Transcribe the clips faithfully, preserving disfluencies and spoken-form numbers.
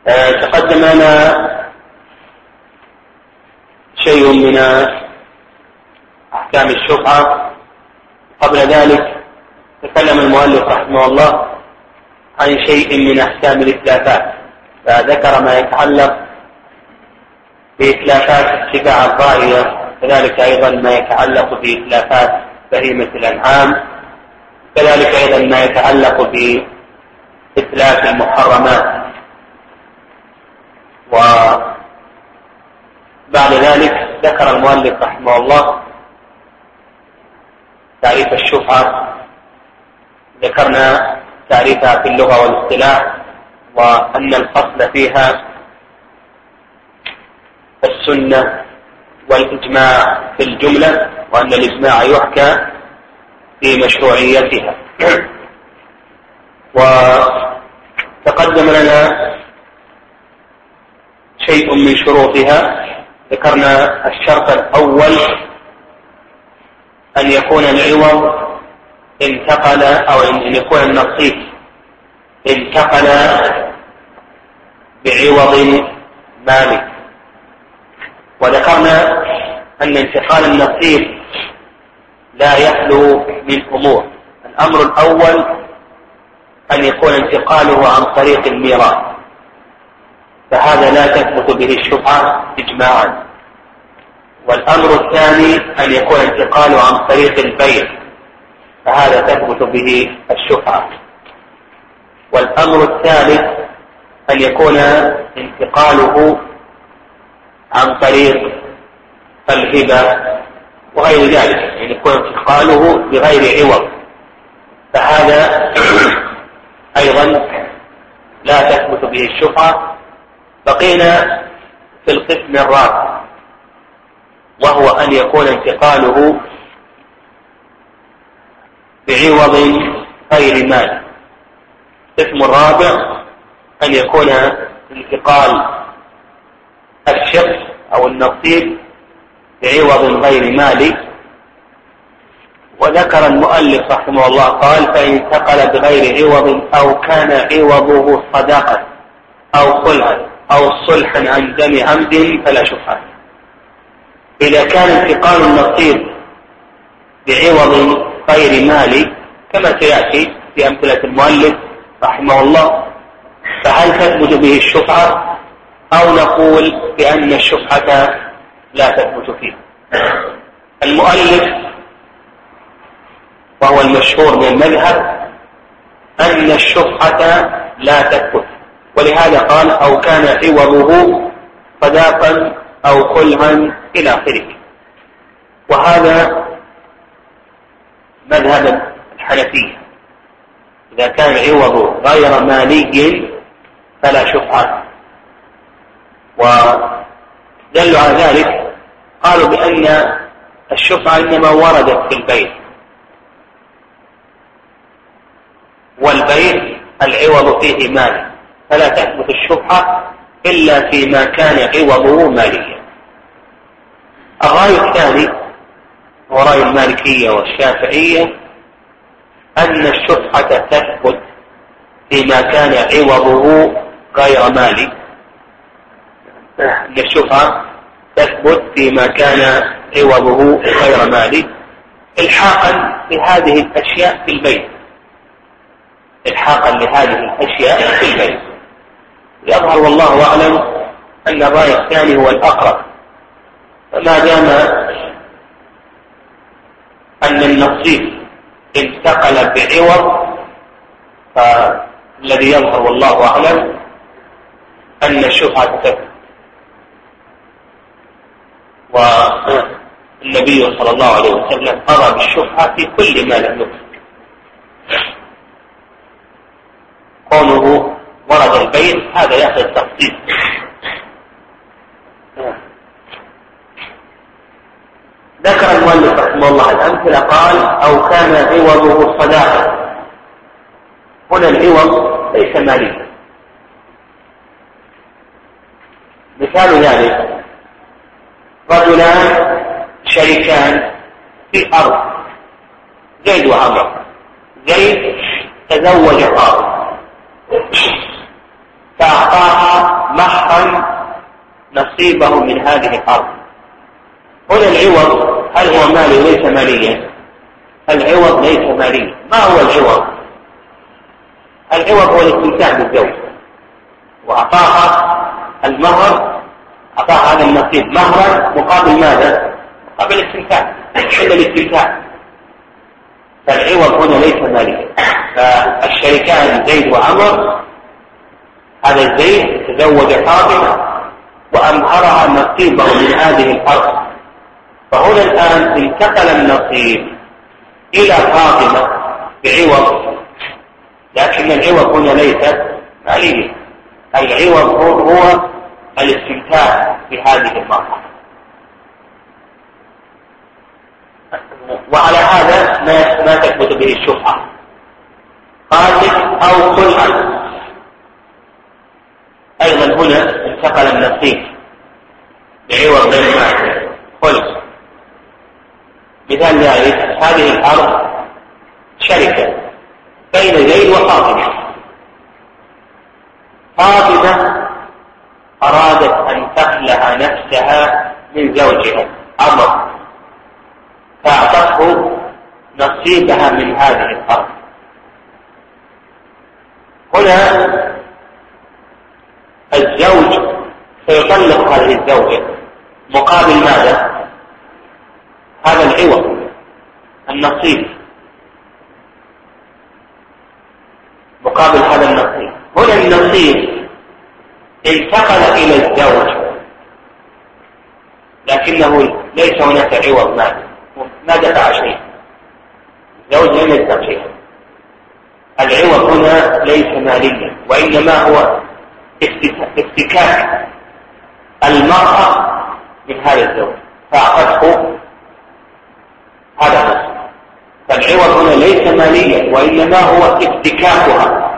آه تقدم لنا شيء من أحكام الشفعة. قبل ذلك تكلم المؤلف رحمه الله عن شيء من أحكام الإتلافات، فذكر ما يتعلق بإتلافات السباع الضائية، كذلك أيضا ما يتعلق بإتلافات بهيمة الأنعام، كذلك أيضا ما يتعلق بإتلاف المحرمات. وبعد ذلك ذكر المؤلف رحمه الله تعريف الشفعة، ذكرنا تعريفها في اللغة والاصطلاح، وأن الفصل فيها السنة والإجماع في الجملة، وأن الإجماع يحكى في مشروعيتها. وتقدم لنا شيء من شروطها، ذكرنا الشرط الأول أن يكون العوض انتقل أو أن يكون النصيب انتقل بعوض مالي. وذكرنا أن انتقال النصيب لا يخلو من أمور. الأمر الأول أن يكون انتقاله عن طريق الميراث، فهذا لا تثبت به الشفعة إجماعا. والأمر الثاني أن يكون انتقاله عن طريق البيع، فهذا تثبت به الشفعة. والأمر الثالث أن يكون انتقاله عن طريق الهبة وغير ذلك، يعني يكون انتقاله بغير عوض، فهذا أيضا لا تثبت به الشفعة. بقينا في القسم الرابع، وهو أن يكون انتقاله بعوض غير مال. القسم الرابع أن يكون انتقال الشخص أو النصيب بعوض غير مالي. وذكر المؤلف رحمه الله قال: فإن انتقل بغير عوض أو كان عوضه صداقة أو خلعا أو صلحا عن دم عمد فلا شفعة. إذا كان انتقال النصيب بعوض غير مالي كما سيأتي في أمثلة المؤلف رحمه الله، فهل تثبت به الشفعة أو نقول بأن الشفعة لا تثبت فيه؟ المؤلف وهو المشهور من المذهب أن الشفعة لا تثبت، ولهذا قال: أو كان عوضه صداقا أو خلعا إلى آخره. وهذا مذهب الحنفية، إذا كان عوضه غير مالي فلا شفعة. ودلوا على ذلك قالوا بأن الشفعة إنما وردت في البيع، والبيع العوض فيه مال، فلا تثبت الشفعة إلا فيما كان عوضه ماليا. الرأي الثاني هو رأي المالكية والشافعية أن الشفعة تثبت فيما كان عوضه غير مالي، أن الشفعة تثبت فيما كان عوضه غير مالي، إلحاقا بهذه الأشياء في البيع، إلحاقا لهذه الأشياء في البيع. يظهر والله أعلم أن الرأي الثاني هو الأقرب، فما دام أن النصيب انتقل بعوض، فالذي يظهر والله أعلم أن الشفعة تثبت. والنبي صلى الله عليه وسلم قضى بالشفعة في كل ما لم يكن. كونه ورد البيت هذا يأخذ التفصيل. ذكر المؤلف رحمه الله الأمثلة، قال: أو كان عوضه صداقة. هنا العوض ليس ماليا. مثال ذلك: رجلان شريكان في أرض، زيد وعمر. زيد تزوج أرض فأعطاها مهرا نصيبه من هذه الأرض. هنا العوض هل هو مالي وليس ماليا؟ العوض ليس ماليا. ما هو العوض؟ العوض هو الاستمتاع بالزوج، وأعطاها المهر، أعطاها هذا النصيب مهرا مقابل ماذا؟ مقابل الاستمتاع، حل الاستمتاع. فالعوض هنا ليس ماليا. فالشريكان زيد وعمر، هذا زيد تزوج فاطمة وأمهرها نصيبه من هذه الأرض، فهنا الآن انتقل النصيب إلى فاطمة بعوض، لكن العوض هنا ليس ماليا. العوض هو الاستمتاع بهذه المرأة. وعلى هذا ما, ما تثبت به الشفعة. قال أو خلعا، أيضا هنا انتقل النصيب بعوض غير مالي، خلع. مثال ذلك هذه الأرض شركة بين زيد وفاطمة. فاطمة أرادت أن تخلع نفسها من زوجها عمر، فأعطته نصيبها من هذه الأرض. هنا الزوج سيطلق هذه الزوجة مقابل ماذا؟ هذا العوض، النصيب، مقابل هذا النصيب. هنا النصيب انتقل إلى الزوج، لكنه ليس هناك عوض مالي، ما دفع شيء، الزوج لم يدفع شيء. العوض هنا ليس ماليا، وإنما هو افتكاك المرأة من هذا الزوج، فأعطته هذا النصيب. فالعوض هنا ليس ماليا، وإنما هو افتكاكها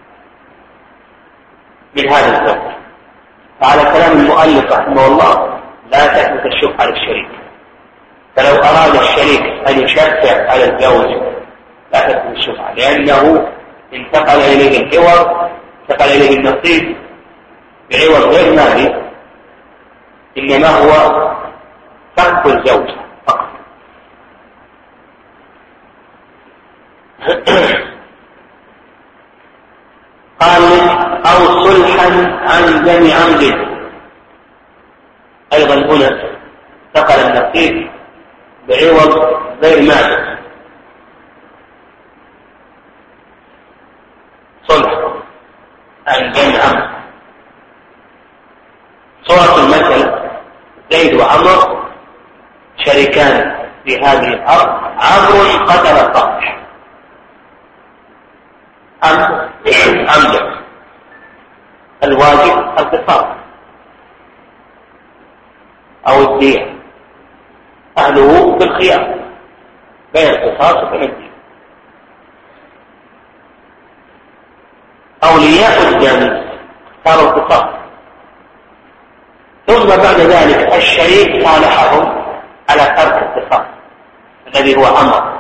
من هذا الزوج. فعلى كلام المؤلف رحمه الله لا تثبت الشفعة للشريك. فلو أراد الشريك أن يشفع على الزوج لا تثبت الشفعة، لأنه انتقل إليه العوض، انتقل إليه النصيب بعوض غير مالي، إنما هو فك الزوج فقط. قال أو صلحا عن دم عمد، أيضا هنا انتقل النصيب بعوض غير مالي، صلح عن دم عمد. صورة المثل زيد وعمر شريكان في هذه الأرض، عمرو قتل صالح عمدا، الواجب القصاص أو الدية، أهله بالخيار بين القصاص وبين الدية. أولياء الدم صاروا القصاص، ثم بعد ذلك الشريك صالحهم على ترك القصاص الذي هو عمر،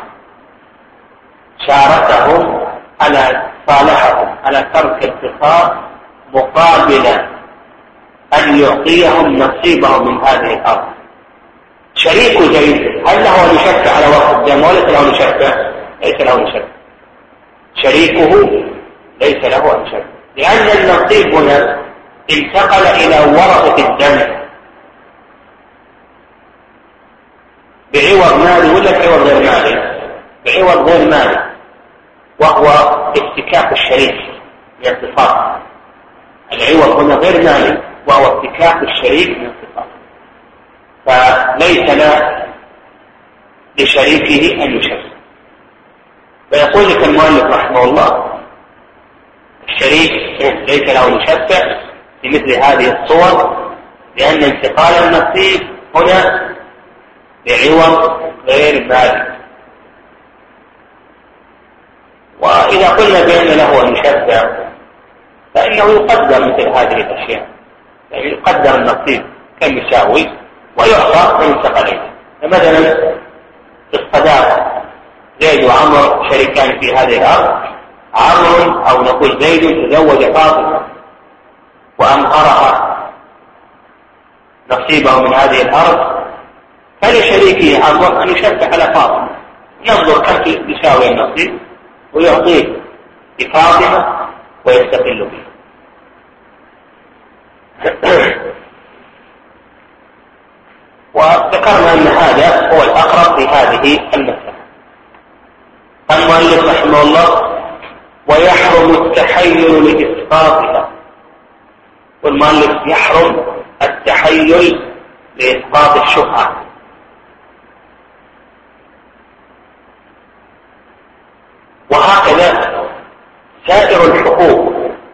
شاركهم على صالحهم على ترك القصاص مقابل أن يعطيهم نصيبهم من هذه الأرض. شريك زيد هل له أن يشفع على وقت الدم وليس له أن يشفع؟ ليس له أن يشفع. شريكه ليس له أن يشفع، لأن النصيب هنا انتقل إلى ورثة الدم بعوض مالي ولا بعوض غير مالي؟ بعوض غير مالي، وهو افتكاك الشريك للاتصال. العوض هنا غير مالي وهو افتكاك الشريك للاتصال، فليس لا لشريكه أن يشفع. فيقول لك المؤلف رحمه الله الشريك ليس له أن يشفع في مثل هذه الصور، لأن انتقال النصيب هنا بعوض غير مالي. وإذا قلنا بأن له أن يشفع فإنه يقدر مثل هذه الأشياء، يعني يقدر النصيب كم يساوي ويعطى من انتقالين. فمثلا الصداق زيد وعمر شريكان في هذه الأرض، عمرو أو نقول زيد تزوج فاطمة وأمهرها نصيبه من هذه الأرض، فلشريكه عمرو أن يشفع على فاطمة، ينظر كم يساوي النصيب ويعطيه لفاطمة ويستقل به. وذكرنا أن هذا هو الأقرب في هذه المسألة. المؤلف رحمه الله: ويحرم التحيل لإسقاطها. والمؤلف يحرم التحيل لإسقاط الشفعة. وهكذا سائر الحقوق،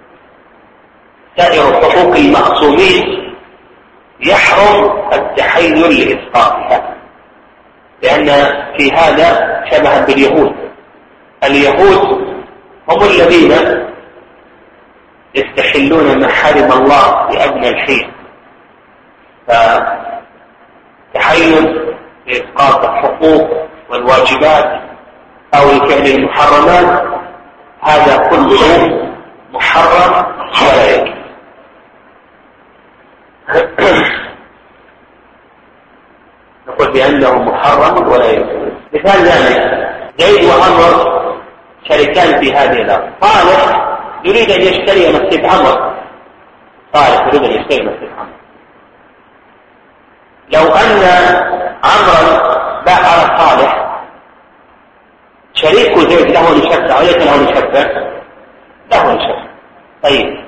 سائر حقوق المعصومين يحرم التحيل لإسقاطها، لأن في هذا شبها باليهود. اليهود هم الذين يستحلون ما حرم الله بأدنى الحيل، فتحيل لإسقاط الحقوق والواجبات أو لفعل المحرمات هذا كله محرم ولا يجوز. نقول بأنه محرم ولا يجوز. مثال ذلك: زيد وعمر شريكان في هذه الأرض، صالح يريد أن يشتري مسجد عمر، صالح يريد أن يشتري مسجد عمر. لو أن عمرا باع على صالح، شريك زيد له لشفع وليس له لشفع، له لشفع. طيب،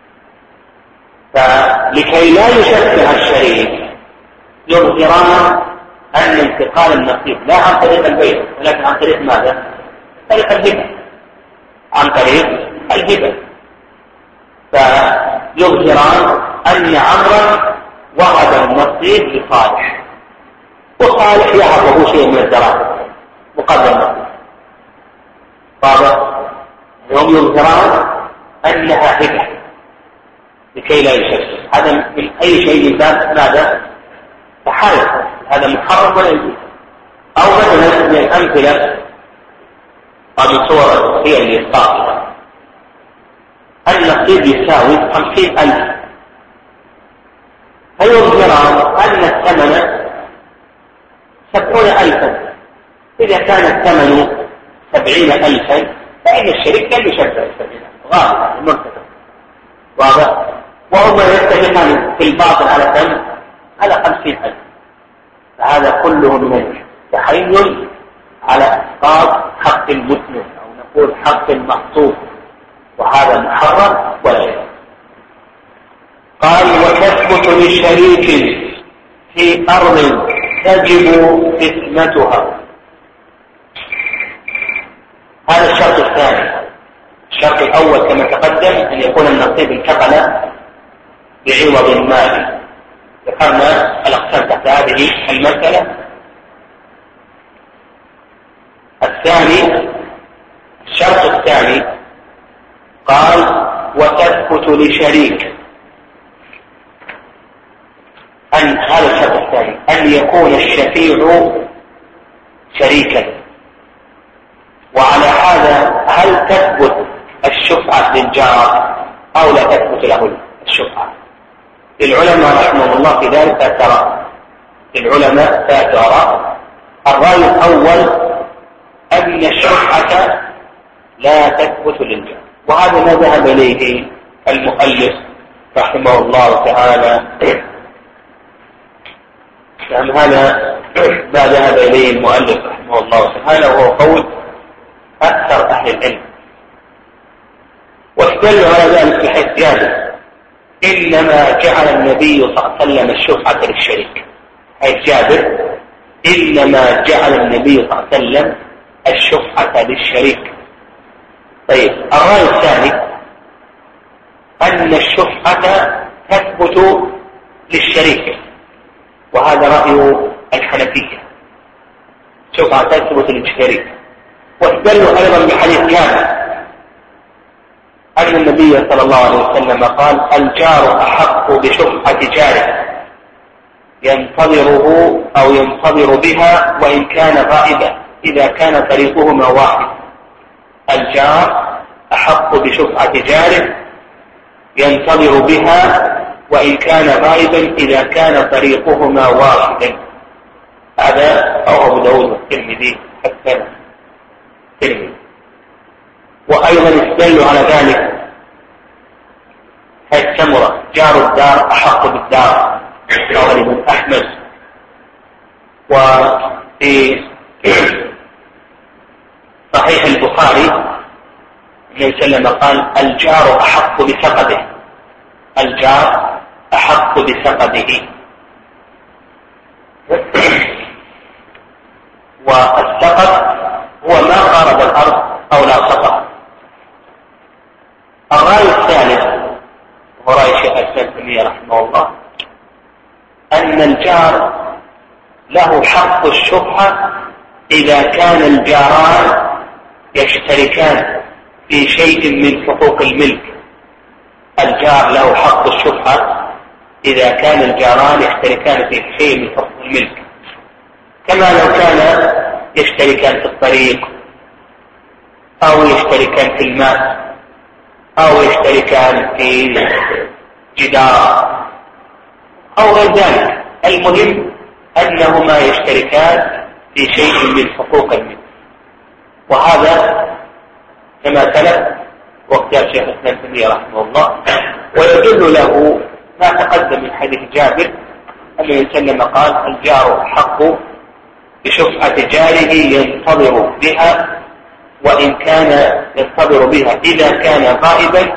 فلكي لا يشفع الشريك يظهران أن انتقال النصيب لا عن طريق البيع ولكن عن طريق ماذا؟ طريق الهبة، عن طريق الهبة. فيظهران أن عمرا وهب النصيب لصالح، وصالح يهبه شيء من الدراهم مقدم النصيب. واضح؟ هم يظهران أنها هبة لكي لا يشفع. هذا من أي شيء باب ماذا؟ تحايل. هذا محرم ولا يجوز. أو مثلا من الأمثلة ومن صور هي اللي الصاغرة، النصيب يساوي خمسين ألف، فيظهران أن الثمن سبعون ألفا. إذا كان الثمن سبعين ألفا فإن الشريك لن يشفع السبعين غالبا المرتفع. واضح؟ وهما يتفقان في الباطل على كم؟ على خمسين ألف. فهذا كله من التحيل على إسقاط حق المسلم أو نقول حق المعصوم، وهذا محرم ولا يجوز. قال: وتثبت للشريك في أرض تجب قسمتها. هذا الشرط الثاني. الشرط الأول كما تقدم أن يكون النصيب انتقل بعوض مالي. ذكرنا الأقسام تحت هذه المسألة. الثاني، الشرط الثاني قال: وتثبت لشريك أن هذا الشرط الثاني أن يكون الشفيع شريكا. وعلى هذا هل تثبت الشفعة للجار أو لا تثبت له الشفعة؟ للعلماء رحمه الله في ذلك ترى للعلماء ترى الرأي الأول أن الشفعة لا تثبت للجار، وهذا ما ذهب إليه المؤلف رحمه الله تعالى. نعم، هذا ما ذهب إليه المؤلف رحمه الله تعالى، وهو قول أكثر أهل العلم. واستدلوا على ذلك بحيث جابر: إنما جعل النبي صلى الله عليه وسلم الشفعة للشريك. حيث جابر: إنما جعل النبي صلى الله عليه وسلم الشفعة للشريك. طيب، الرأي الثاني أن الشفعة تثبت للشريك، وهذا رأي الحنفية، شفعة تثبت للشريك. واستدلوا أيضا بحديث جابر أن النبي صلى الله عليه وسلم قال: الجار أحق بشفعة جاره ينتظره أو ينتظر بها وإن كان غائبا إذا كان طريقهما واحد. الجار أحق بشفعة جاره ينتظر بها وإن كان غائبا إذا كان طريقهما واحدا. هذا رواه أبو داود والترمذي حسن الترمذي. وأيضا استدلوا على ذلك هذه السمرة جار الدار أحق بالدار قال ابن أحمد. وفي صحيح البخاري النبي صلى الله عليه وسلم قال الجار أحق بسقده، الجار أحق بسقده. والسقط هو ما قارب الأرض أو لا سقط. الرأي الثالث هو رأي شيخ الإسلام ابن تيمية رحمه الله أن الجار له حق الشبهة إذا كان الجاران يشتركان في شيء من حقوق الملك. الجار له حق الشبهة إذا كان الجاران يشتركان في شيء من حقوق الملك، كما لو كان يشتركان في الطريق أو يشتركان في الماء أو يشتركان في جدار أو غير ذلك. المهم أنهما يشتركان في شيء من حقوق الملك. وهذا كما سلف واختيار شيخ الإسلام ابن تيمية رحمه الله. ويدل له ما تقدم من حديث جابر أنه وسلم قال الجار حق بشفعة جاره ينتظر بها وإن كان ينتظر بها إذا كان غائبا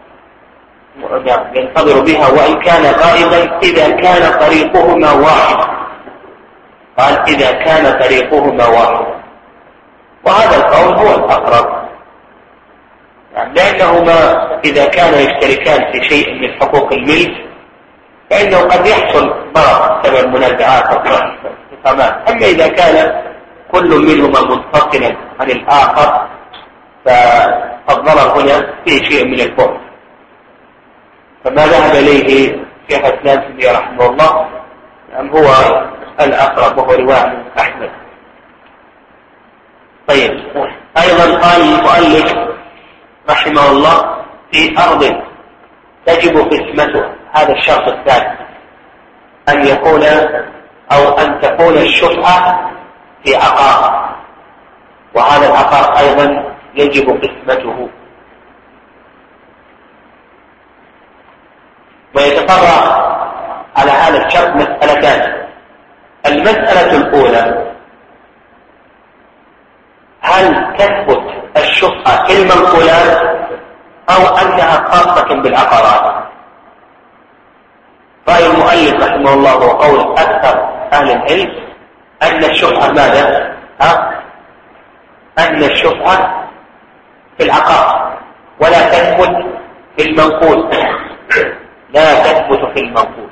ينتظر بها وإن كان غائبا إذا كان طريقهما واحد. قال إذا كان طريقهما واحد. وهذا القول هو الأقرب، يعني لأنهما إذا كانوا يشتركان في شيء من حقوق الملك فإنه قد يحصل ضرر بسبب منازعات أو خصامات. أما إذا كان كل منهما منفصلا عن الآخر فالضرر هنا فيه شيء من البعد. فما ذهب إليه شيخ الإسلام ابن تيمية رحمه الله أم هو الأقرب وهو رواية أحمد. طيب، أيضا قال المؤلف رحمه الله في أرض تجب قسمته. هذا الشرط الثاني أن يكون أو أن تكون الشفعة في عقار، وهذا العقار أيضا يجب قسمته. ويتفرع على هذا الشرط مسألتان. المسألة الأولى هل تثبت الشفعة في المنقولات أو أنها خاصة بالعقارات؟ رأي المؤلف رحمه الله وقول أكثر أهل العلم أن الشفعة ماذا؟ ها؟ أن الشفعة في العقار ولا تثبت في المنقول، لا تثبت في المنقول.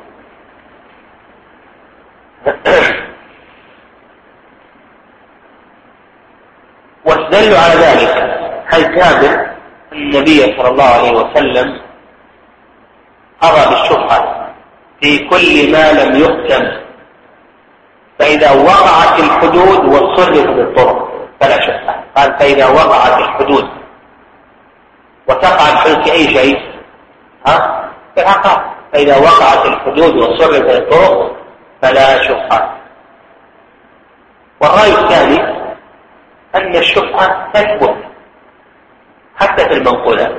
واستدلوا على ذلك هل جابر النبي صلى الله عليه وسلم قضى بالشفعة في كل ما لم يقسم، فإذا وقعت الحدود وصرفت بالطرق فلا شفعة. قال فإذا وقعت الحدود، وتقع الحدود في أي شيء؟ ها؟ في العقار. فإذا وقعت الحدود وصرفت بالطرق فلا شفعة. والرأي الثاني أن الشفعة تثبت حتى في المنقولات،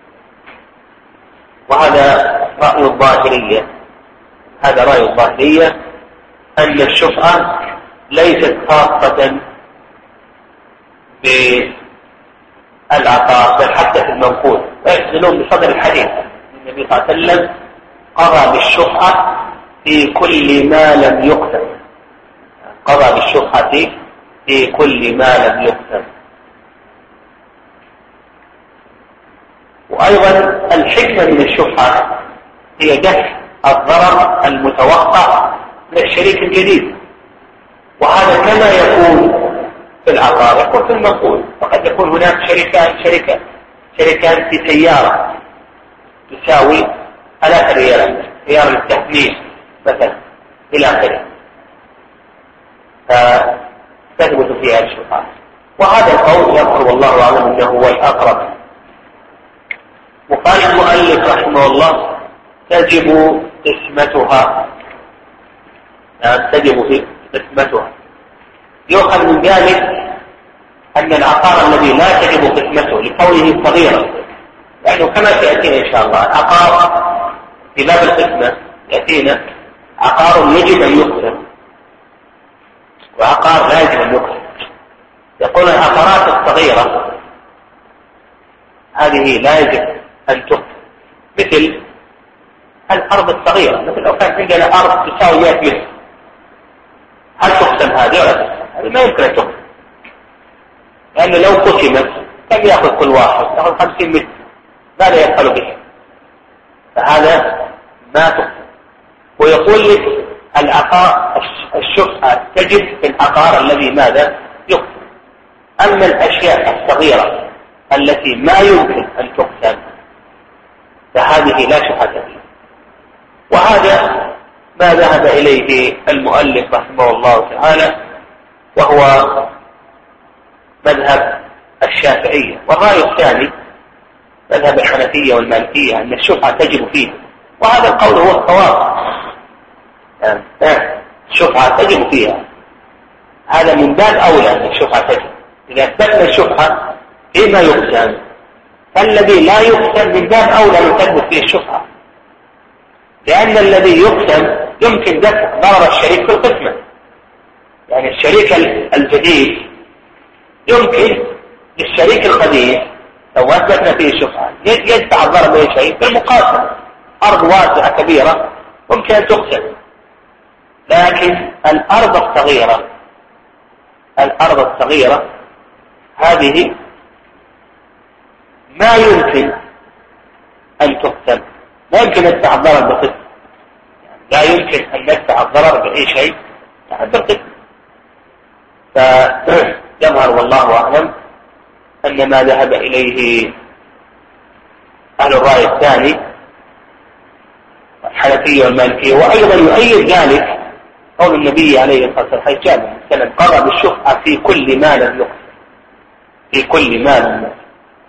وهذا رأي الظاهرية. هذا رأي الظاهرية أن الشفعة ليست خاصة بالعقار بل حتى في المنقول. ويستدلون بصدر الحديث النبي صلى الله عليه وسلم قضى بالشفعة في كل ما لم يقسم، قضى بالشفعة في كل ما لم يقسم. وأيضا الحكمة من الشفعة هي دفع الضرر المتوقع من الشريك الجديد، وهذا كما يكون في العقار يكون في المنقول. فقد يكون هناك شركان شركة شركان في سيارة تساوي آلاف ريالات، سيارة للتحميل مثلا إلى آخره، فتثبت فيها الشفعة. وهذا القول يظهر والله أعلم أنه هو الأقرب. وقال المؤلف رحمه الله تجب قسمتها، تجب في قسمتها. يؤخذ من ذلك أن العقار الذي لا تجب قسمته لكونه صغيرا، يعني كما سيأتينا إن شاء الله العقار في باب القسمة يأتينا عقار يجب أن يقسم وعقار لا يجب أن يقسم. يقول العقارات الصغيرة هذه لا يجب أن تقسم، مثل الأرض الصغيرة، مثل لو كانت عندنا أرض تساوي مئة متر، هل تقسم هذه ولا تقسم؟ هذه ما يمكن أن تقسم، لأنه لو قسمت كم يأخذ كل واحد؟ يأخذ خمسين متر، ماذا يفعل به؟ فهذا ما تقسم. ويقول لك العقار الشفعة تجب في العقار الذي ماذا يقسم. أما الأشياء الصغيرة التي ما يمكن أن تقسم فهذه لا شفعة فيها. وهذا ما ذهب إليه المؤلف رحمه الله تعالى، وهو مذهب الشافعية. والرأي الثاني مذهب الحنفية والمالكية أن الشفعة تجب فيه، وهذا القول هو الصواب. الشفعة تجب فيها، هذا من باب أولى أن الشفعة تجب. إذا أثبتنا الشفعة فيما يقسم فالذي لا يقسم من باب أولى أن تثبت فيه الشفعة، لأن الذي يقسم يمكن دفع ضرر الشريك في القسمة. يعني الشريك الجديد يمكن للشريك القديم لو أثبتنا فيه الشفعة يدفع الضرر بأي شيء في المقاسمة. أرض واسعة كبيرة ممكن أن تقسم، لكن الأرض الصغيرة الأرض الصغيرة هذه ما يمكن أن تقسم، لا يمكن أن ندفع الضرر بالقسم، لا يمكن أن ندفع الضرر بأي شيء بالقسم. فيظهر والله أعلم أن ما ذهب إليه أهل الرأي الثاني الحنفية والمالكية، وأيضا يؤيد ذلك قول النبي عليه الصلاة والسلام حيث جاء مثلا قرأ بالشفعة في كل ما لم يقسم، في كل ما لم يقسم.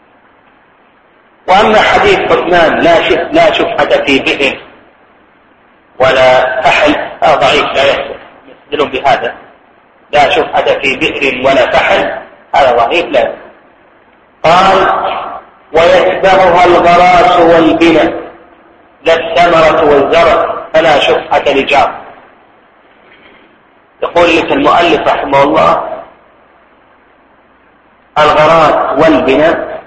وأما حديث عثمان لا شف لا شفعة في بئر ولا فحل هذا ضعيف لا يحدث، يستدلون بهذا لا شفعة في بئر ولا فحل، هذا ضعيف لا يحدث. قال ويتبعها الغراس والبناء لا الثمرة والزرع فلا شفعة لجار. يقول لك المؤلف رحمه الله الغراس والبناء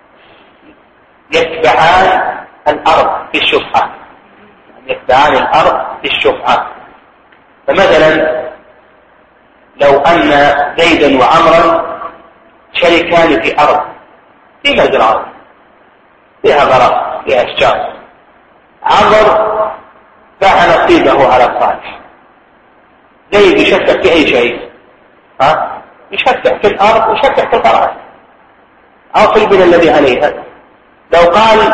يتبعان الأرض في الشفعة، يتبعان الأرض في الشفعة. فمثلا لو أن زيدا وعمرا شركان في أرض في مزرعة فيها غراس فيها أشجار، عمر باع نصيبه على صالح، زيد يشفع في أي شيء، ها يشفع في الأرض ويشفع في الغراس أو في البناء الذي عليها. لو قال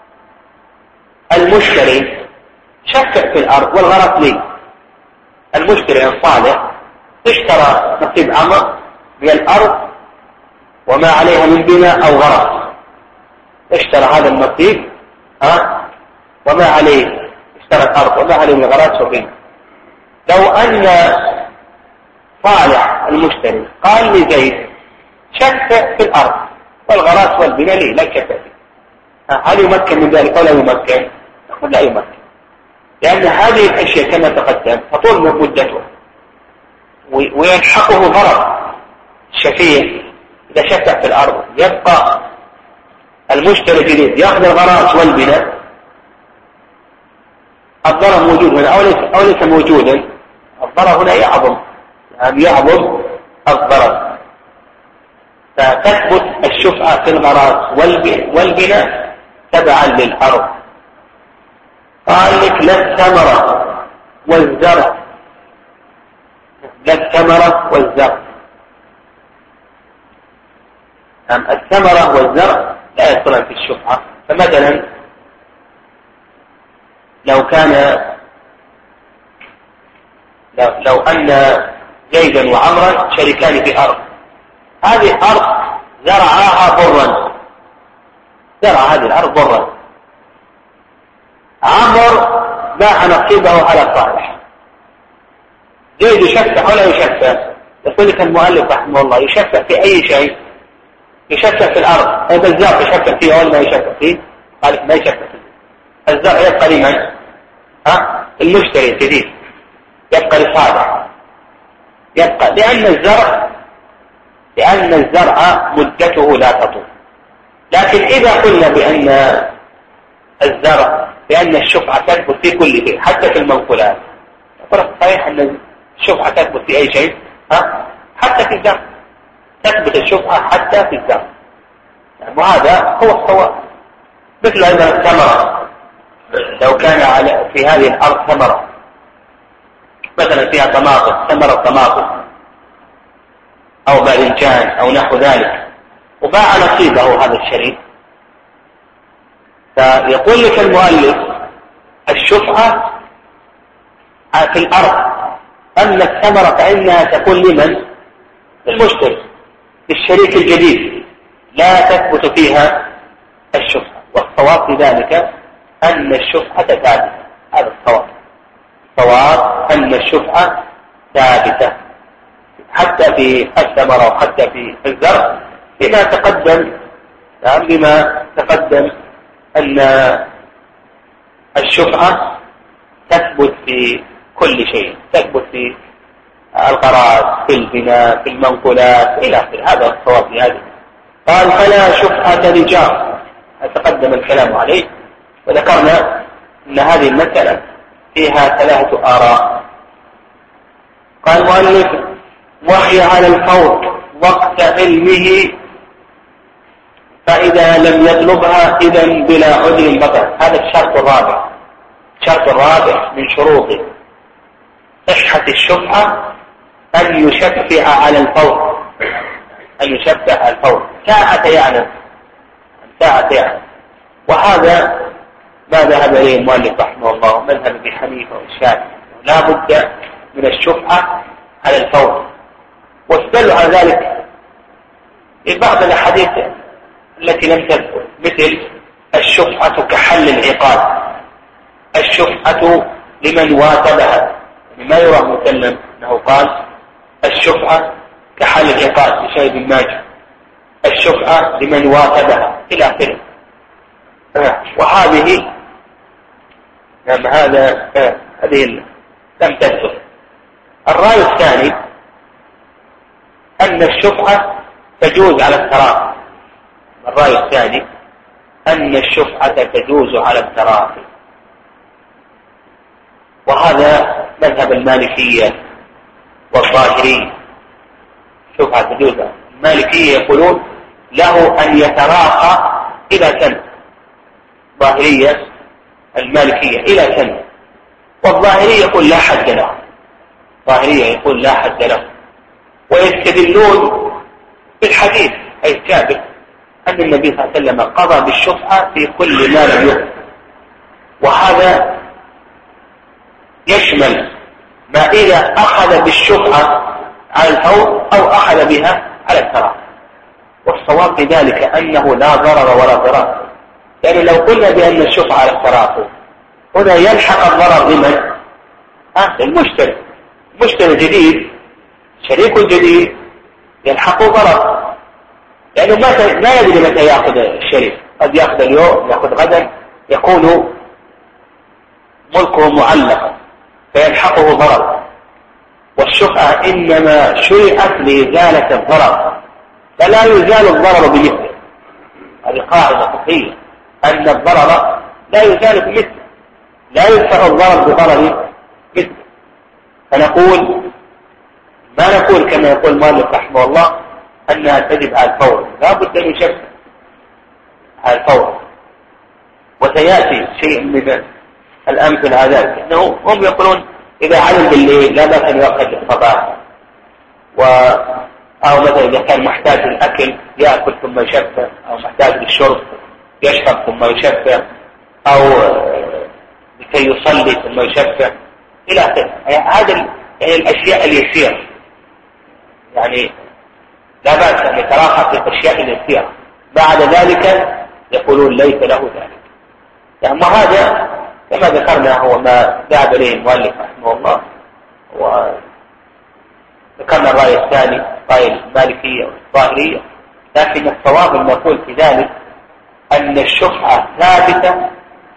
المشتري شفع في الأرض والغرض لي، المشتري الصالح اشترى نصيب عمر من الأرض وما عليها من بناء أو غرض، اشترى هذا النصيب ها وما عليه، اشترى الأرض وما عليه من غرض وبناء. لو أن صالح المشتري قال لزيد شفع في الأرض والغرض والبناء لي لا شفع فيه، هل يمكن من ذلك ولا يمكن؟ نقول لا يمكن، لأن هذه الأشياء كما تقدم تطول مدته ويلحقه ضرر الشفيع إذا شفع في الأرض، يبقى المشتري الجديد يأخذ الغراس والبناء، الضرر موجود هنا أو ليس موجودا، الضرر هنا يعظم يعني يعظم الضرر، فتثبت الشفعة في الغراس والبناء تبعا للأرض. قال لك لا الثمرة والزرع، لا الثمرة والزرع، الثمرة والزرع لا يدخلان في الشفعة. فمثلا لو كان لو, لو أن زيدا وعمرا شريكان في أرض، هذه الأرض زرعها برا، زرع هذه الأرض برا، عمر باع نصيبه على صالح. زيد يشفع ولا يشفع؟ يقول لك المؤلف رحمه الله يشفع في أي شيء؟ يشفع في الأرض. هذا الزرع يشفع فيه ولا ما يشفع فيه؟ قال لك ما يشفع فيه. الزرع يبقى لمن؟ ها؟ المشتري الجديد، يبقى لصالح، يبقى لأن الزرع لأن الزرع مدته لا تطول. لكن إذا قلنا بأن الزرع بأن الشفعة تثبت في كل شيء حتى في المنقولات، فرق صحيح أن الشفعة تثبت في أي شيء، ها؟ حتى في الزرع تثبت الشفعة حتى في الزرع. يعني وهذا هو الصواب. مثل أيضا الثمرة، لو كان على في هذه الأرض ثمرة مثلا فيها طماطم، ثمرة طماطم أو باذنجان أو نحو ذلك، وباع نصيبه هذا الشريك، فيقول لك المؤلف الشفعة في الأرض، أما الثمرة فإنها تكون لمن؟ للمشتري، للشريك الجديد، لا تثبت فيها الشفعة. والصواب في ذلك أن الشفعة ثابتة. هذا الصواب، الصواب أن الشفعة ثابتة حتى في الثمرة وحتى في الزرع، لما تقدم لما تقدم أن الشفعة تثبت في كل شيء، تثبت في القراض، في البناء، في المنقولات إلى آخره. هذا الصواب في هذه. قال فلا شفعة لجار، تقدم الكلام عليه، وذكرنا أن هذه المسألة فيها ثلاثة آراء. قال المؤلف وهي على الفور وقت علمه، فإذا لم يطلبها إذن بلا عذر بطل. هذا الشرط الرابع. الشرط الرابع من شروط صحة الشفعة أن يشفع على الفور، أن يشفع على الفور ساعة يعلم، ساعة يعلم. وهذا ما ذهب إليه المؤلف رحمه الله، مذهب أبي حنيفة والشافعي، لا بد من الشفعة على الفور. واستدلوا على ذلك بعض الأحاديث التي لم تذكر، مثل الشفعة كحل العقاد، الشفعة لمن واتبها، يعني ما يرى مسلم أنه قال الشفعة كحل العقاد لشيء بن ماجه، الشفعة لمن واتبها إلى آخره. وهذه نعم هذا هذه لم تذكر. الرأي الثاني أن الشفعة تجوز على التراخي. الرأي الثاني أن الشفعة تجوز على التراخي، وهذا مذهب المالكية والظاهرية. شفعة تجوز. المالكية يقولون له أن يتراخى إلى سنة، ظاهرية المالكية إلى سنة، والظاهرية يقول لا حد له، ظاهرية يقول لا حد له. ويستدلون بالحديث أي الثابت أن النبي صلى الله عليه وسلم قضى بالشفعة في كل ما لم يقض، وهذا يشمل ما إذا أخذ بالشفعة على الفور أو أخذ بها على التراخي. والصواب في ذلك أنه لا ضرر ولا ضرر، يعني لو قلنا بأن الشفعة على التراخي هنا يلحق الضرر لمن؟ آه المشتري، المشتري الجديد، شريك جديد يلحق ضرر، لأنه ما ما يدري متى يأخذ الشريك، قد يأخذ اليوم، يأخذ غدا، يكون ملكه معلقا فيلحقه ضرر. والشفعة إنما شرعت لإزالة الضرر، فلا يزال الضرر بمثله. هذه قاعدة فقهية أن الضرر لا يزال بمثله، لا يدفع الضرر بضرر مثله. فنقول ما نقول كما يقول المؤلف رحمه الله أنها تجب على الفور، لا بد أن يشفع على الفور. وسيأتي شيء من الأمثلة على ذلك، أنه هم يقولون إذا علم بالليل لا بأس أن يأخذ الصباح، و أو مثلا إذا كان محتاج للأكل يأكل ثم يشفع، أو محتاج للشرب يشرب ثم يشفع، أو لكي يصلي ثم يشفع إلى آخره. هذه الأشياء اليسيرة، يعني لا بأس أن يتراخى في الأشياء اليسيرة، بعد ذلك يقولون ليس له ذلك. يعني هذا كما ذكرنا هو ما ذهب إليه المؤلف رحمه الله، وذكرنا الرأي الثاني رأي المالكية والظاهرية. لكن الصواب أن نقول في ذلك أن الشفعة ثابتة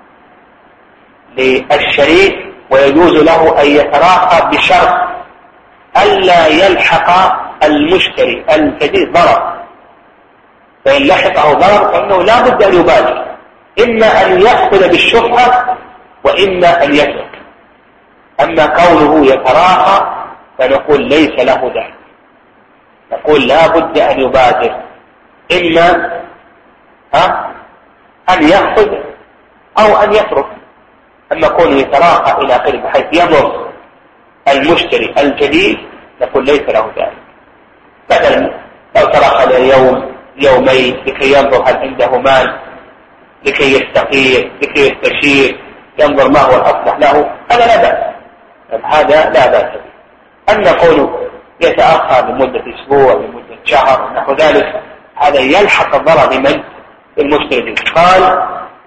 للشريك ويجوز له أن يتراخى بشرط ألا يلحق المشتري الجديد ضرر، فإن لحقه ضرر فإنه لا بد أن يبادر، إما أن يأخذ بالشفعة وإما أن يترك. أما كونه يتراخى فنقول ليس له ذلك، نقول لا بد أن يبادر، إما ها أن يأخذ أو أن يترك. أما كونه يتراخى إلى آخره بحيث يضر المشتري الجديد نقول ليس له ذلك. مثلا لو تراخى ليوم يومين لكي ينظر هل عنده مال، لكي يستقير، لكي يستشير، ينظر ما هو الأصلح له، هذا لا بأس، هذا لا بأس به. أما قوله يتأخر لمدة أسبوع لمدة شهر نحو ذلك هذا يلحق الضرر لمن؟ المشتري. قال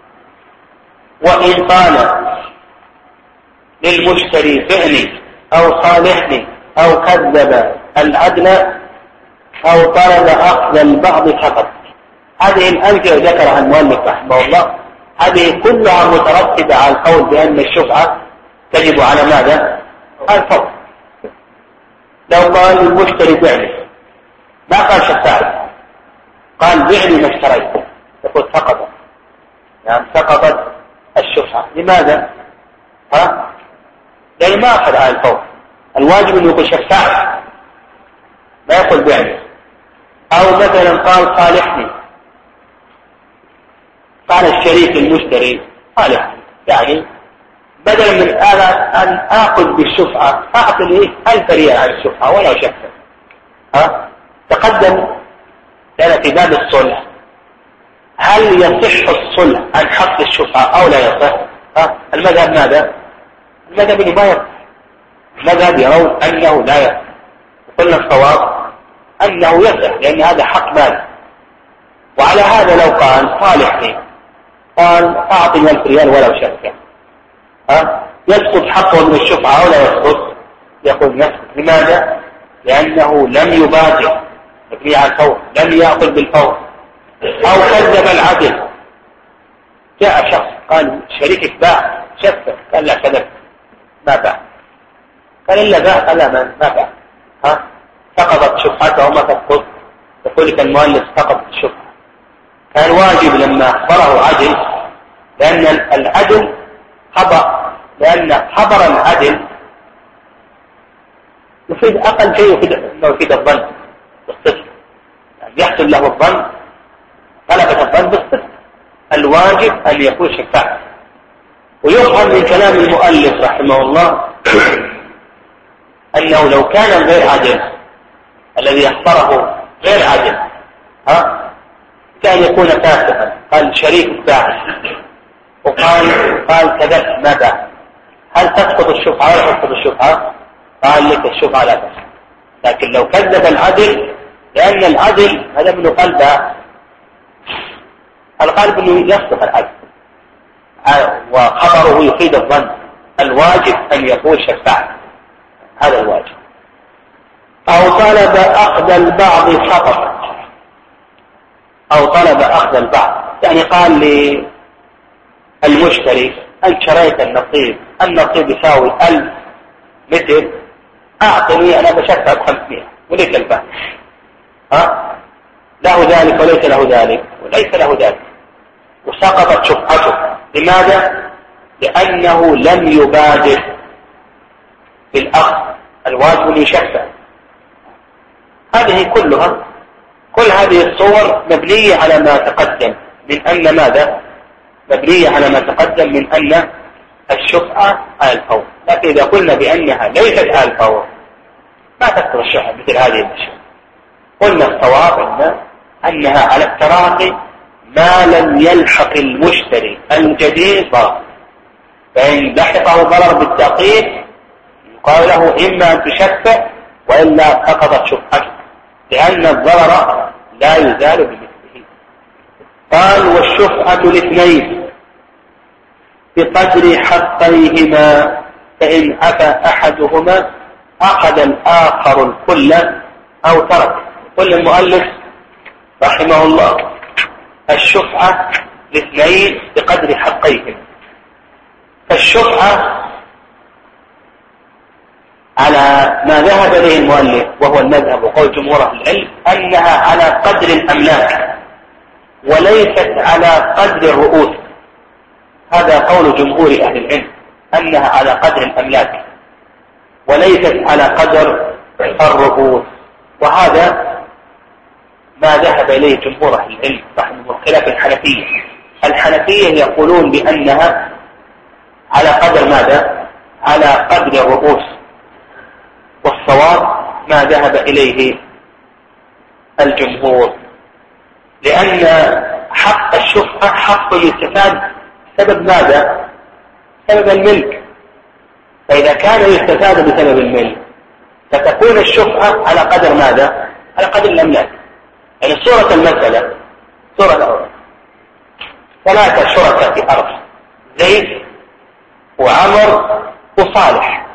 وإن قال للمشتري بعني أو صالحني أو كذب العدل أو طلب أخذ البعض فقط. هذه الأمثلة ذكرها المؤلف رحمه الله، هذه كلها مترتبة على القول بأن الشفعة تجب على ماذا؟ الفور. لو قال المشتري بعني ما قال شفاعي، قال بعني ما اشتريت، يقول سقطت، يعني سقطت الشفعة. لماذا؟ ها؟ لأن ما أخذ على الفور، الواجب أن يقول شفاعي ما يقول بعني. أو مثلا قال صالحني، قال الشريك المشتري صالحني، يعني بدلا من أن آخذ بالشفعة أعطي لي ألف ريال على الشفعة ولا شفعة. ها؟ تقدم لنا في باب الصلح، هل يصح الصلح عن حق الشفعة أو لا يصح؟ ها؟ المذهب ماذا؟ المذهب اللي ما يصح، المذهب يرون أنه لا يصح، وقلنا الصواب أنه يصح لأن هذا حق مال. وعلى هذا لو قال صالحني، قال أعطني ألف ريال ولو شفعة، ها؟ يسقط حقه من الشفعة أو لا يسقط؟ يقول يسقط. لماذا؟ لأنه لم يبادر يبني على الفور، لم يأخذ بالفور. أو كذب العدل، جاء شخص قال شريكك باع شفع، قال لا كذب ما باع، قال إلا باع، قال لا ما باع، ها؟ سقطت شفعته وما تسقط. يقول لك المؤلف سقطت الشفعة. كان واجب لما أخبره عدل، لأن العدل خبر، لأن خبر العدل يفيد أقل شيء، يفيد أنه يفيد الظن بالصدق، يعني يحصل له الظن غلبة الظن بالصدق. الواجب أن يكون شفاعة. ويفهم من كلام المؤلف رحمه الله أنه لو كان غير عدل الذي يخبره غير عدل، ها؟ كان يكون فاسقا، قال شريك باع وقال قال كذبت ما باع، هل تسقط الشفعة ولا تسقط الشفعة؟ قال لك الشفعة لا تسقط. لكن لو كذب العدل، لأن العدل هذا من قلبه، القلب انه يصدق العدل وخبره يفيد الظن، الواجب أن يكون شفاعة، هذا الواجب. أو طلب أخذ البعض فقط، أو طلب أخذ البعض، يعني قال للمشتري أنت شريت النصيب، النصيب يساوي ألف متر، أعطني أنا بشفع بخمسمائة وليس البعض، ها؟ له ذلك وليس له ذلك، وليس له ذلك، وسقطت شفعته. لماذا؟ لأنه لم يبادر بالأخذ، الواجب أن يشفع. هذه كلها، كل هذه الصور مبنية على ما تقدم من أن ماذا؟ مبنية على ما تقدم من أن الشفعة آل فور. لكن إذا قلنا بأنها ليست آل فور ما تذكر الشفعة مثل هذه الأشياء. قلنا الصواب أن أنها على التراخي ما لم يلحق المشتري الجديد ضرر، فإن لحقه ضرر بالتأخير يقال له إما أن تشفع وإلا سقطت شفعته، لأن الضرر لا يزال بمثله. قال والشفعة الاثنين، بقدر حقيهما، فإن عفى أحدهما أخذ الآخر الكل أو ترك. يقول المؤلف رحمه الله الشفعة لاثنين بقدر حقيهم. فالشفعة على ما ذهب إليه المؤلف وهو المذهب وقول جمهور أهل العلم أنها على قدر الأملاك وليست على قدر الرؤوس. هذا قول جمهور أهل العلم أنها على قدر الأملاك وليست على قدر الرؤوس، وهذا ما ذهب إليه جمهور أهل العلم رحمه الله خلاف الحنفية. الحنفية يقولون بأنها على قدر ماذا؟ على قدر الرؤوس، والصواب ما ذهب إليه الجمهور، لأن حق الشفعة حق يستفاد سبب ماذا؟ سبب الملك. فإذا كان يستفاد بسبب الملك فتكون الشفعة على قدر ماذا؟ على قدر الأملاك. يعني صورة المسألة صورة الأرض، ثلاثة شركاء في أرض، زيد وعمر وصالح.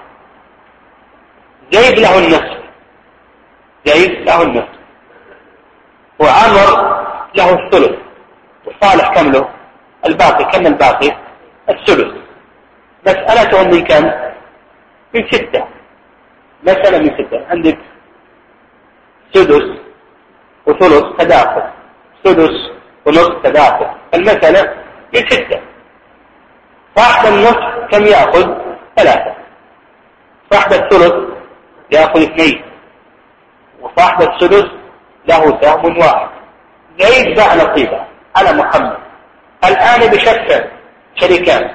زيد له النصف، زيد له النصف، وعمر له الثلث، وصالح كم له؟ الباقي. كم الباقي؟ الثلث. مسألتهم من كم؟ من ستة. مسألة من ستة، عندك سدس وثلث تداخل، سدس ونصف تداخل، المسألة من ستة. صاحب النصف كم يأخذ؟ ثلاثة. صاحب الثلث يأخذ اثنين، وصاحب السدس له سهم واحد. زيد باع نصيبه على محمد، الآن بشفع شريكان.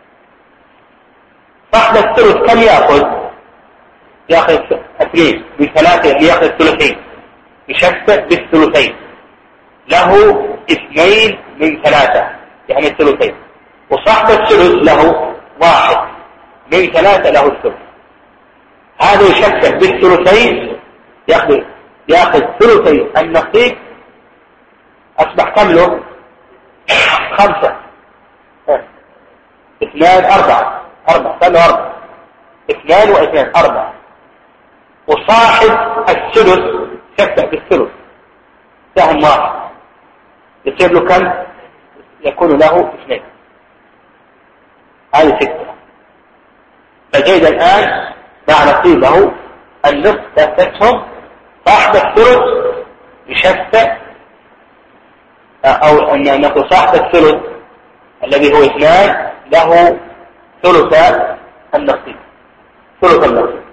صاحب الثلث كم يأخذ؟ يأخذ اثنين من ثلاثة، يأخذ ثلثين، يشفع بالثلثين، له اثنين من ثلاثة يعني الثلثين. وصاحب الثلث له واحد من ثلاثة له الثلث. هذا يشفع بالثلثين، يأخذ يأخذ ثلثي النصيب، أصبح كم له؟ خمسة. اثنان أربعة، أربعة كانوا أربعة، اثنان واثنان أربعة. وصاحب الثلث شفع بالثلث، سهم واحد، يصير له كم؟ يكون له اثنين. هذه ستة. فزيد الآن مع نصيبه النصف تفتهم. صاحب الثلث يشفع، أو أن نقول صاحب الثلث الذي هو اثنان له ثلث النصيب، ثلث النصيب.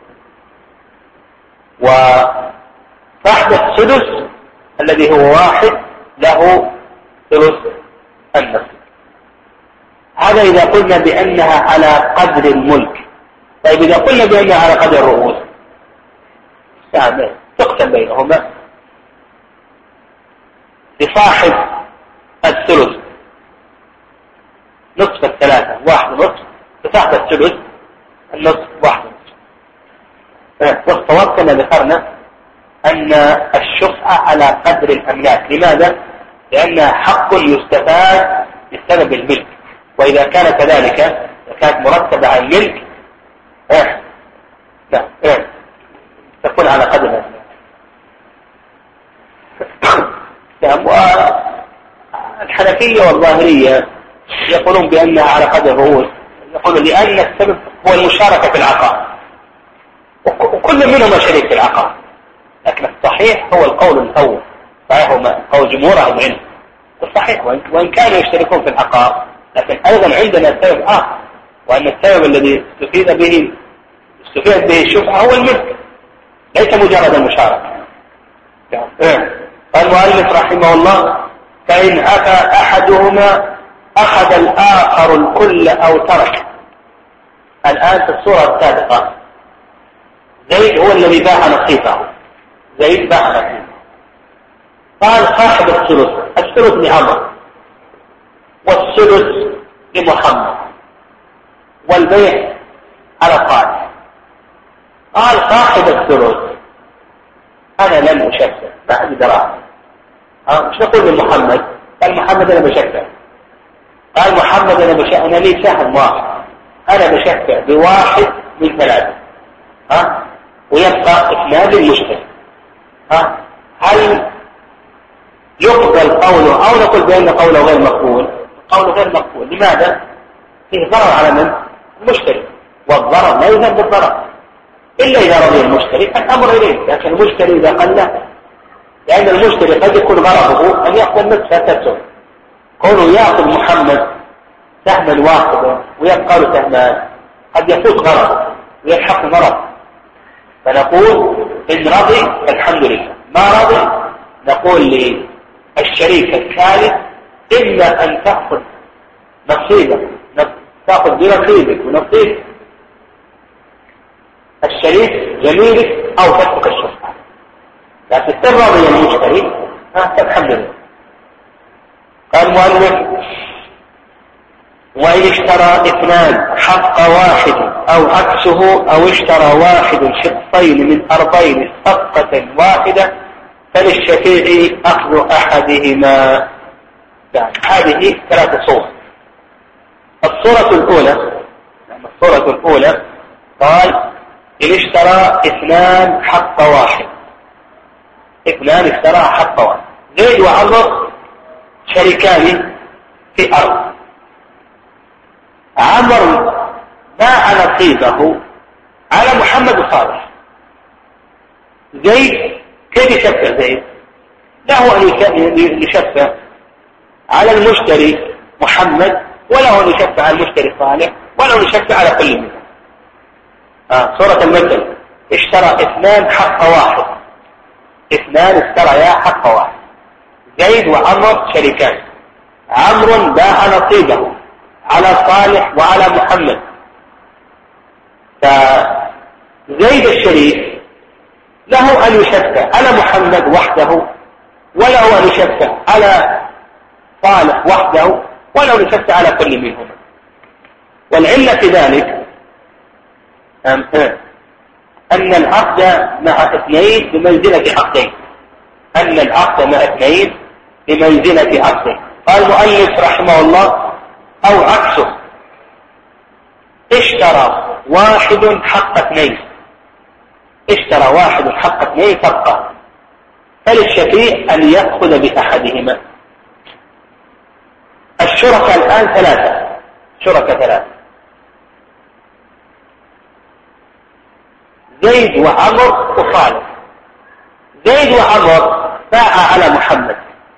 وصاحب السدس الذي هو واحد له ثلث النصيب. هذا إذا قلنا بأنها على قدر الملك. طيب إذا قلنا بأنها على قدر الرؤوس تقسم بينهما. لصاحب الثلث نصف الثلاثة واحد نصف، لصاحب الثلث النصف واحد نصف. والصواب كما ذكرنا أن الشفعة على قدر الأملاك. لماذا؟ لأنها حق يستفاد بسبب الملك، وإذا كان كذلك كانت مرتبة على الملك اه لا اه تكون على قدر الأملاك. والحنفية والظاهرية يقولون بأنها على قدر الرؤوس، يقولون لأن السبب هو المشاركة في العقار، وكل منهما شريك في العقار. لكن الصحيح هو القول الأول، صحيح هو قول جمهور أهل العلم الصحيح، وإن كانوا يشتركون في العقار، لكن أيضا عندنا سبب آخر، وأن السبب الذي استفيد به استفيد به الشفعة هو الملك، ليس مجرد المشاركة. قال المؤلف رحمه الله: فإن عفى أحدهما أخذ الآخر الكل أو ترك. الآن في الصورة السابقة زيد هو الذي باع نصيبه، زيد باع نصيبه، قال صاحب الثلث، الثلث لعمر والثلث لمحمد، والبيع على صالح. قال صاحب الثلث: أنا لم أشفع، ما عندي دراهم. مش نقول لمحمد، قال محمد أنا بشفع، قال محمد أنا, بش... أنا لي سهم واحد، أنا بشفع بواحد من ثلاثة، ها ويبقى اثنان للمشتري، ها هل يقبل قوله أو نقول بأن قوله غير مقبول؟ قوله غير مقبول. لماذا؟ فيه ضرر على من؟ المشتري، والضرر لا يذهب بالضرر إلا إذا رضي المشتري الأمر إليه، لكن المشتري إذا قال له، لأن المشتري قد يكون غرضه أن يأخذ نفسه تسهم، كونه يأخذ محمد سهما واحدا ويبقى له سهمان قد يفوت غرضه ويلحق مرض، فنقول إن رضي فالحمد لله، ما رضي نقول للشريك الثالث إما أن تأخذ نصيبك، تأخذ بنصيبك ونصيب الشريك جميلك أو تترك الشفعة، لكن الرضي المشتري فالحمد لله. قال المؤلف وإن اشترى اثنان حق واحد أو عكسه أو اشترى واحد شقين من أرضين صفقة واحدة فللشفيع أخذ أحدهما. هذه ثلاث صور. الصورة الأولى الصورة الأولى قال إن اشترى اثنان حق واحد، اثنان اشترى حق واحد، زيد وعمر شريكان في أرض، عمر باع نصيبه على محمد وصالح. زيد كيف يشفع زيد؟ له أن يشفع على المشتري محمد، وله أن يشفع على المشتري صالح، وله أن يشفع على كل منهم. آه صورة المثل اشترى اثنان حق واحد، اثنان اشتريا حق واحد، زيد وعمر شريكان، عمرو باع نصيبه على صالح وعلى محمد، فزيد الشريك له أن يشفع على محمد وحده، وله أن يشفع على صالح وحده، وله أن يشفع على كل منهم. والعلة في ذلك أن العقد مع اثنين بمنزلة عقدين، أن العقد مع اثنين بمنزلة عقدين. قال المؤلف رحمه الله أو عكسه، اشترى واحد حق اثنين، اشترى واحد حق اثنين صفقة، فللشفيع أن يأخذ بأحدهما. الشركاء الآن ثلاثة، شركاء ثلاثة، زيد وعمر وصالح. زيد وعمر باع على محمد،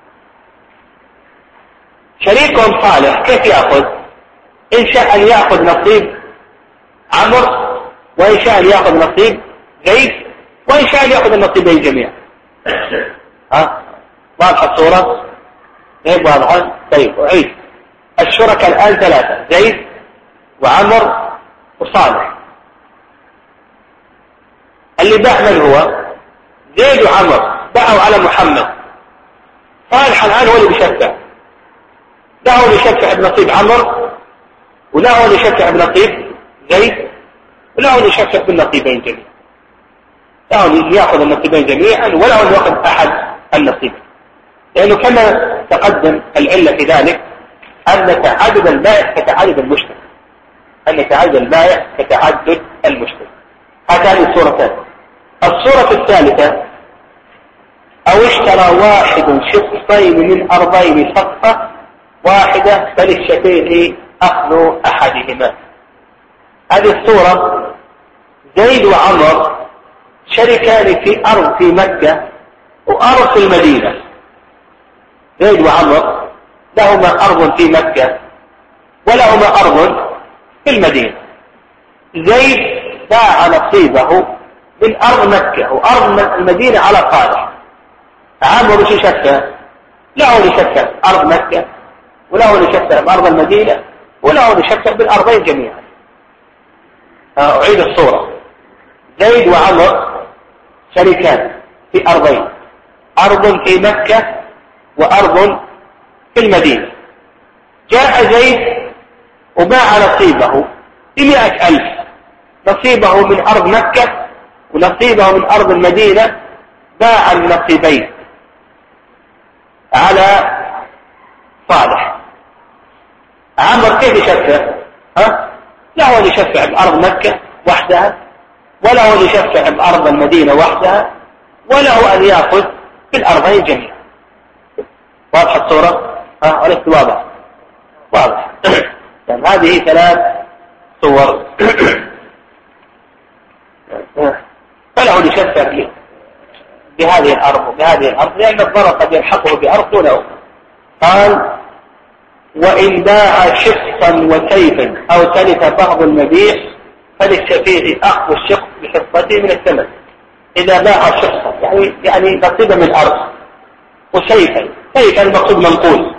شريكهم صالح كيف يأخذ؟ إن شاء أن يأخذ نصيب عمر، وإن شاء أن يأخذ نصيب زيد، وإن شاء أن يأخذ النصيبين جميعا. ها واضحة الصورة؟ غير واضحة؟ طيب أعيد. الشركاء الآن ثلاثة، زيد وعمر وصالح. اللي باع من هو؟ زيد وعمر باعوا على محمد، صالح الآن هو اللي بيشفع، له اللي يشفع بنصيب عمر، وله اللي يشفع بنصيب زيد، وله اللي يشفع بالنصيبين جميعا، له اللي يأخذ النصيبين جميعا، وله اللي يأخذ أحد النصيبين، لأنه كما تقدم العلة في ذلك أن تعدد البائع كتعدد المشتري، أن تعدد البائع كتعدد المشتري. هاتان الصورتان. الصورة الثالثة أو اشترى واحد شقين من أرضين صفقة واحدة فللشفيع أخذ أحدهما. هذه الصورة زيد وعمر شركان في أرض في مكة وأرض في المدينة. زيد وعمر لهما أرض في مكة ولهما أرض في المدينة. زيد باع نصيبه من أرض مكة وأرض المدينة على صالح. عمر شو شفع؟ له لشفع أرض مكة، وله لشفع بأرض المدينة، وله لشفع بالأرضين جميعا. أعيد الصورة. زيد وعمر شريكان في أرضين، أرض في مكة وأرض في المدينة. جاء زيد وباع نصيبه بمئة ألف، نصيبه من أرض مكة ونصيبه من أرض المدينة، باع النصيبين على صالح. عمرو كيف يشفع؟ ها؟ لا هو يشفع بأرض مكة وحدها، ولا هو يشفع بأرض المدينة وحدها، ولا هو أن يأخذ في الأرضين جميعا. واضح الصورة؟ ها؟ ولست واضح؟ واضح. يعني هذه ثلاث صور. فله يشفع بهذه الأرض وبهذه الأرض، لأن الضرر قد يلحقه بأرض دون أخرى. قال: وإن باع شقا وسيفا أو تلف بعض المبيع فللشفيع أخذ الشق بحصته من الثمن. إذا باع شقا يعني يعني نصيبا من الأرض، وسيفا، سيفا المقصود منقول،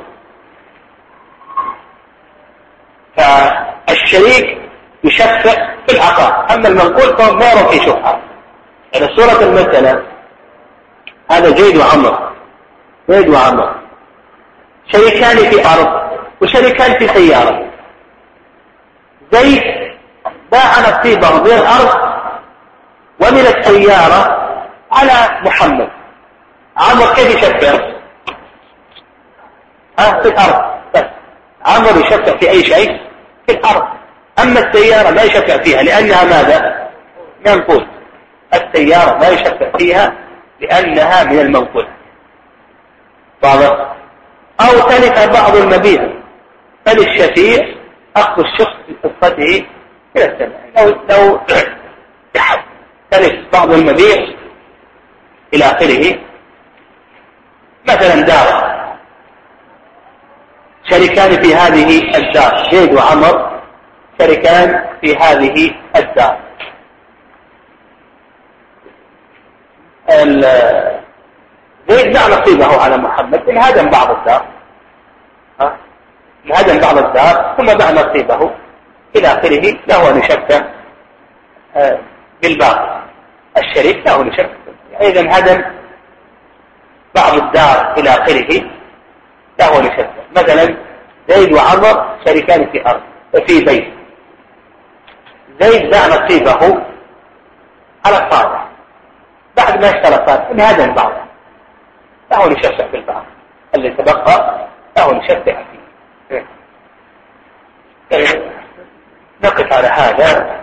فالشريك يشفع في العقار، أما المنقول فهو ما يرى في شفعة. يعني صورة المسألة هذا زيد وعمر، زيد وعمر شريكان في أرض وشريكان في سيارة. زيد باع نصيبه من الأرض ومن السيارة على محمد. عمر كيف يشفع؟ أه في الأرض بس. عمر يشفع في أي شيء في الأرض، أما السيارة لا يشفع فيها لأنها ماذا؟ منقول. السيارة لا يشفع فيها لأنها من المنقول. واضح؟ أو تلف بعض المبيع فللشفيع أخذ الشخص بقصته إلى السماء. لو لو تلف بعض المبيع إلى آخره، مثلا دار، شركان في هذه الدار، زيد وعمر شركان في هذه الدار. زيد باع نصيبه على محمد، انهدم بعض الدار، ها انهدم بعض الدار ثم باع نصيبه الى اخره، له ان يشفع بالباقي. الشريك له ان يشفع. اذا انهدم بعض الدار الى اخره، له ان يشفع. مثلا زيد وعمر شريكان في ارض وفي بيت، زيد باع نصيبه على الصالح، بعد ما اشترى صالح انهدم بعضه، له ان يشفع بالباقي اللي تبقى، له ان يشفع فيه. نقف على هذا.